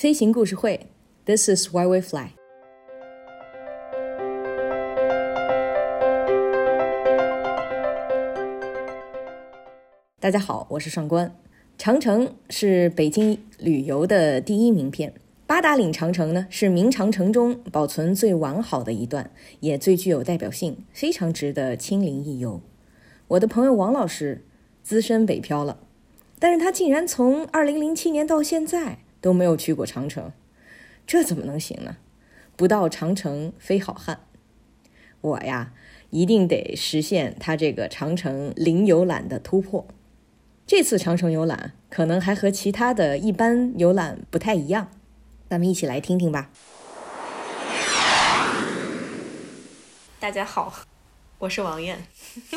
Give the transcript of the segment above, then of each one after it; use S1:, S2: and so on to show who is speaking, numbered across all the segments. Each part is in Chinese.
S1: 飞行故事会 This is why we fly。 大家好，我是上官。长城是北京旅游的第一名片，八达岭长城呢是明长城中保存最完好的一段，也最具有代表性，非常值得亲临一游。我的朋友王老师资深北漂了，但是他竟然从2007年到现在都没有去过长城，这怎么能行呢？不到长城非好汉。我呀，一定得实现他这个长城零游览的突破。这次长城游览可能还和其他的一般游览不太一样，咱们一起来听听吧。
S2: 大家好，我是王艳。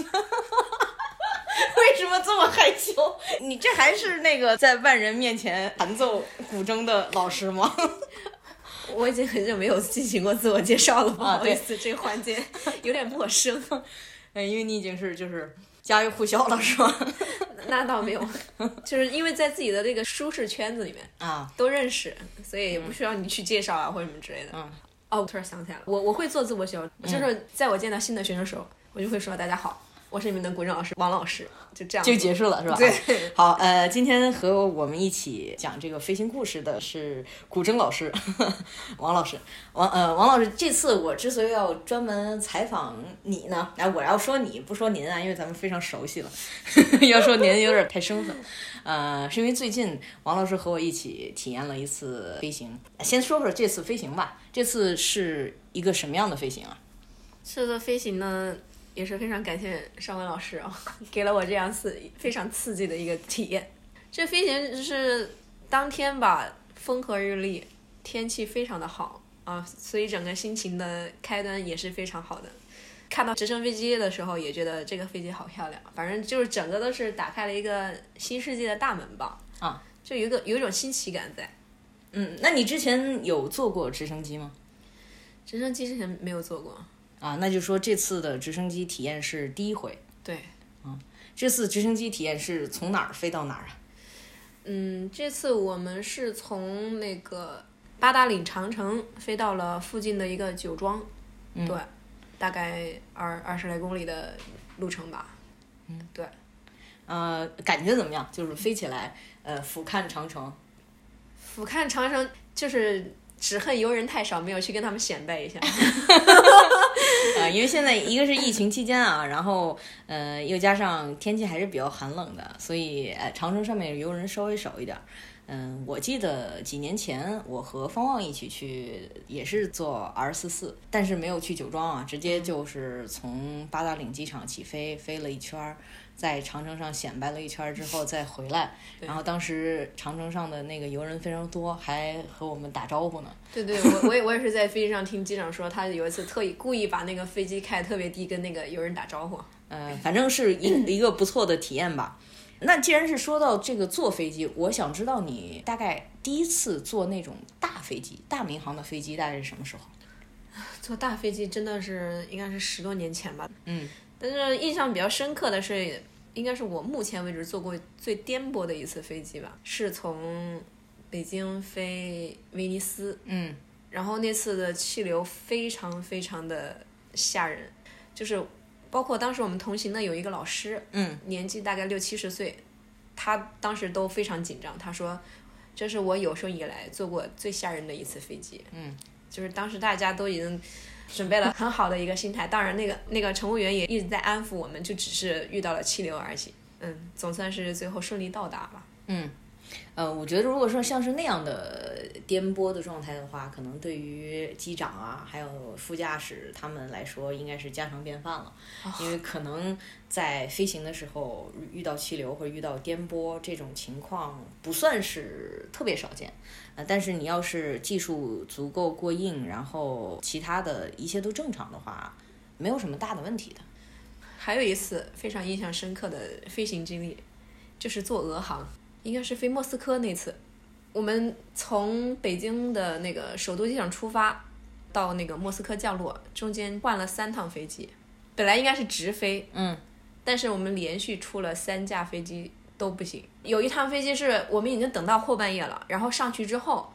S2: 为什么这么害羞？你这还是那个在万人面前弹奏古筝的老师吗？我已经很久没有进行过自我介绍了，不好意思，这个环节有点陌生。因为你已经是就是家喻户晓了，是吧？那倒没有，就是因为在自己的这个舒适圈子里面啊，都认识，所以也不需要你去介绍啊或者什么之类的。我突然想起来了，我会做自我介绍，就是在我见到新的学生的时候，我就会说大家好，我是你们的古筝老师王老师，就这样就结束了，是吧？对。好，今天和我们一起讲这个飞行故事的是古筝老师王老师。王老师，这次我之所以要专门采访你呢，我要说你不说您啊，因为咱们非常熟悉了要说您有点太生分。是因为最近王老师和我一起体验了一次飞行。先说说这次飞行吧，这次是一个什么样的飞行啊？这次飞行呢，也是非常感谢尚文老师啊，给了我这样非常刺激的一个体验。这飞行就是当天吧，风和日丽，天气非常的好啊，所以整个心情的开端也是非常好的。看到直升飞机的时候，也觉得这个飞机好漂亮，反正就是整个都是打开了一个新世界的大门吧。啊，就有一种新奇感在。那你之前有坐过直升机吗？直升机之前没有坐过。那就说这次的直升机体验是第一回。对。这次直升机体验是从哪儿飞到哪儿啊？这次我们是从那个八达岭长城飞到了附近的一个酒庄。对，大概20来公里的路程吧。对。感觉怎么样？就是飞起来，俯瞰长城。俯瞰长城就是只恨游人太少，没有去跟他们显摆一下。因为现在一个是疫情期间啊，然后又加上天气还是比较寒冷的，所以长城上面游人稍微少一点。我记得几年前我和方旺一起去，也是坐 R44，但是没有去酒庄啊，直接就是从八达岭机场起飞，飞了一圈，在长城上显摆了一圈之后再回来。然后当时长城上的那个游人非常多，还和我们打招呼呢。对，我也是在飞机上听机长说，他有一次故意把那个飞机开得特别低，跟那个游人打招呼。反正是一个不错的体验吧。那既然是说到这个坐飞机，我想知道你大概第一次坐那种大飞机，大民航的飞机大概是什么时候？坐大飞机真的是应该是10多年前吧。但是印象比较深刻的是，应该是我目前为止坐过最颠簸的一次飞机吧，是从北京飞威尼斯。然后那次的气流非常非常的吓人，就是包括当时我们同行的有一个老师，年纪大概60、70岁，他当时都非常紧张，他说这是我有生以来坐过最吓人的一次飞机。就是当时大家都已经准备了很好的一个心态，当然那个乘务员也一直在安抚我们，就只是遇到了气流而已。总算是最后顺利到达吧。我觉得如果说像是那样的颠簸的状态的话，可能对于机长啊还有副驾驶他们来说应该是家常便饭了。因为可能在飞行的时候遇到气流或者遇到颠簸这种情况不算是特别少见。但是你要是技术足够过硬，然后其他的一切都正常的话，没有什么大的问题的。还有一次非常印象深刻的飞行经历，就是坐俄航，应该是飞莫斯科那次。我们从北京的那个首都机场出发，到那个莫斯科降落，中间换了3趟飞机，本来应该是直飞，但是我们连续出了3架飞机都不行。有一趟飞机是我们已经等到后半夜了，然后上去之后，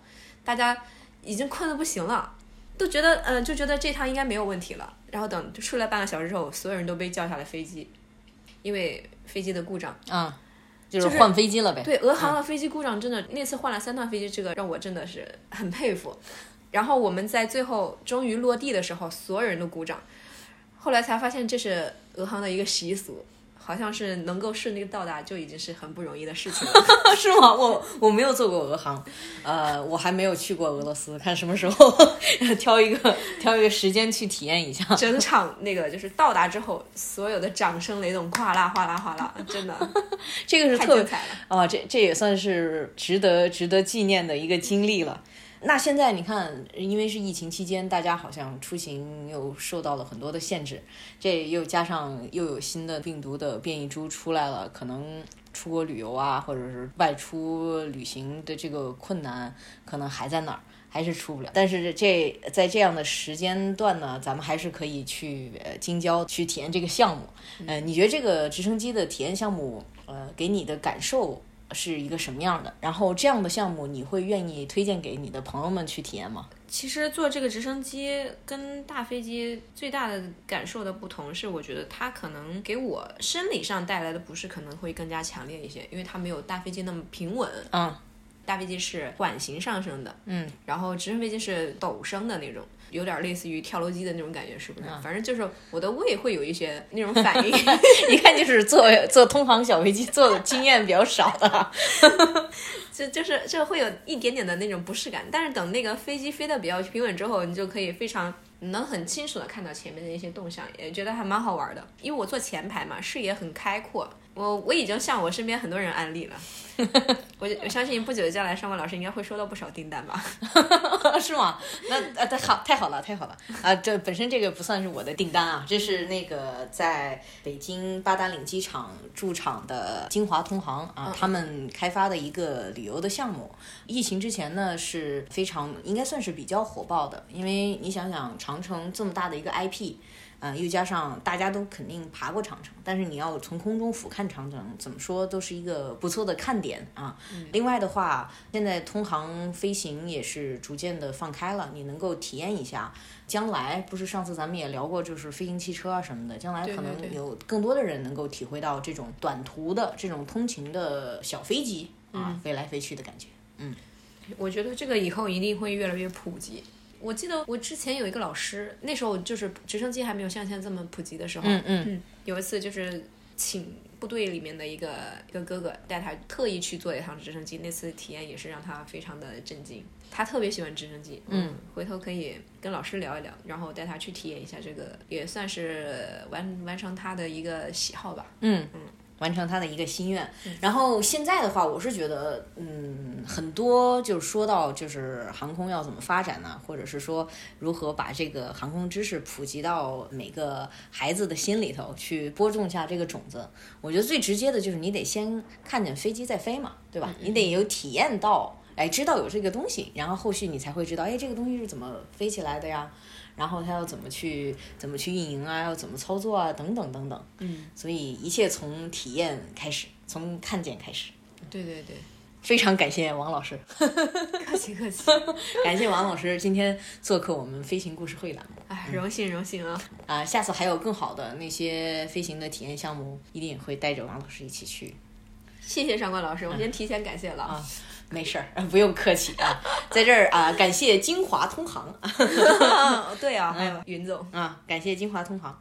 S2: 大家已经困得不行了，都觉得就觉得这趟应该没有问题了。然后等睡了半个小时之后，所有人都被叫下了飞机，因为飞机的故障
S1: 就是换飞机了呗。
S2: 对，俄航的飞机故障真的，那次换了3趟飞机，这个让我真的是很佩服。然后我们在最后终于落地的时候，所有人都鼓掌。后来才发现这是俄航的一个习俗，好像是能够顺利到达就已经是很不容易的事情了。
S1: 是吗？我没有坐过俄航，我还没有去过俄罗斯，看什么时候挑一个时间去体验一下。
S2: 整场那个就是到达之后，所有的掌声雷动，哗啦哗啦哗啦，真的，
S1: 这个是
S2: 太精彩了
S1: 这也算是值得纪念的一个经历了。那现在你看，因为是疫情期间，大家好像出行又受到了很多的限制，这又加上又有新的病毒的变异株出来了，可能出国旅游啊，或者是外出旅行的这个困难可能还在那儿，还是出不了。但是在这样的时间段呢，咱们还是可以去京郊去体验这个项目。你觉得这个直升机的体验项目给你的感受是一个什么样的？然后这样的项目你会愿意推荐给你的朋友们去体验吗？
S2: 其实坐这个直升机跟大飞机最大的感受的不同是，我觉得它可能给我生理上带来的不适可能会更加强烈一些，因为它没有大飞机那么平稳。大飞机是缓行上升的，然后直升飞机是陡升的那种，有点类似于跳楼机的那种感觉，是不是？反正就是我的胃会有一些那种反应。
S1: 一看就是坐通航小飞机坐的经验比较少的。
S2: 就是这会有一点点的那种不适感，但是等那个飞机飞得比较平稳之后，你就可以能很清楚的看到前面的一些动向，也觉得还蛮好玩的。因为我坐前排嘛，视野很开阔，我已经向我身边很多人安利了。我相信不久将来上官老师应该会收到不少订单吧。
S1: 是吗？那太好了这本身这个不算是我的订单啊，这是那个在北京八达岭机场驻场的金华通航啊，他们开发的一个旅游的项目。疫情之前呢是非常应该算是比较火爆的，因为你想想长城这么大的一个 IP，又加上大家都肯定爬过长城，但是你要从空中俯瞰长城，怎么说都是一个不错的看点啊。另外的话，现在通航飞行也是逐渐的放开了，你能够体验一下。将来不是上次咱们也聊过，就是飞行汽车啊什么的，将来可能有更多的人能够体会到这种短途的这种通勤的小飞机飞来飞去的感觉。
S2: 我觉得这个以后一定会越来越普及。我记得我之前有一个老师，那时候就是直升机还没有像现在这么普及的时候，有一次就是请部队里面的一个哥哥带他特意去坐一趟直升机，那次体验也是让他非常的震惊。他特别喜欢直升机，回头可以跟老师聊一聊，然后带他去体验一下，这个也算是完成他的一个喜好吧。
S1: 完成他的一个心愿。然后现在的话，我是觉得，很多就是说到就是航空要怎么发展呢，或者是说如何把这个航空知识普及到每个孩子的心里头，去播种下这个种子。我觉得最直接的就是你得先看见飞机在飞嘛，对吧？你得有体验到，知道有这个东西，然后后续你才会知道，这个东西是怎么飞起来的呀？然后它要怎么去运营啊，要怎么操作啊，等等等等。所以一切从体验开始，从看见开始。
S2: 对对对，
S1: 非常感谢王老师。
S2: 客气客气。
S1: 感谢王老师今天做客我们飞行故事会栏目。
S2: 荣幸啊！
S1: 下次还有更好的那些飞行的体验项目，一定会带着王老师一起去。
S2: 谢谢上官老师，我先提前感谢了。
S1: 没事儿，不用客气啊。在这儿感谢金华通航。
S2: 对啊，还有云总
S1: 感谢金华通航。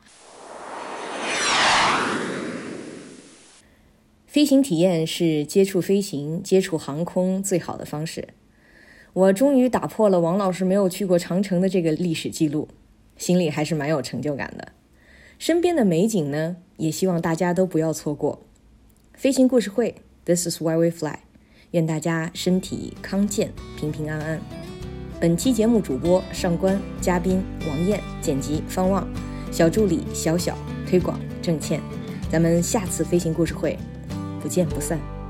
S3: 飞行体验是接触飞行、接触航空最好的方式。我终于打破了王老师没有去过长城的这个历史记录，心里还是蛮有成就感的。身边的美景呢，也希望大家都不要错过。飞行故事会 This is why we fly， 愿大家身体康健，平平安安。本期节目主播上官，嘉宾王艳，剪辑方望，小助理小小，推广郑倩。咱们下次飞行故事会不见不散。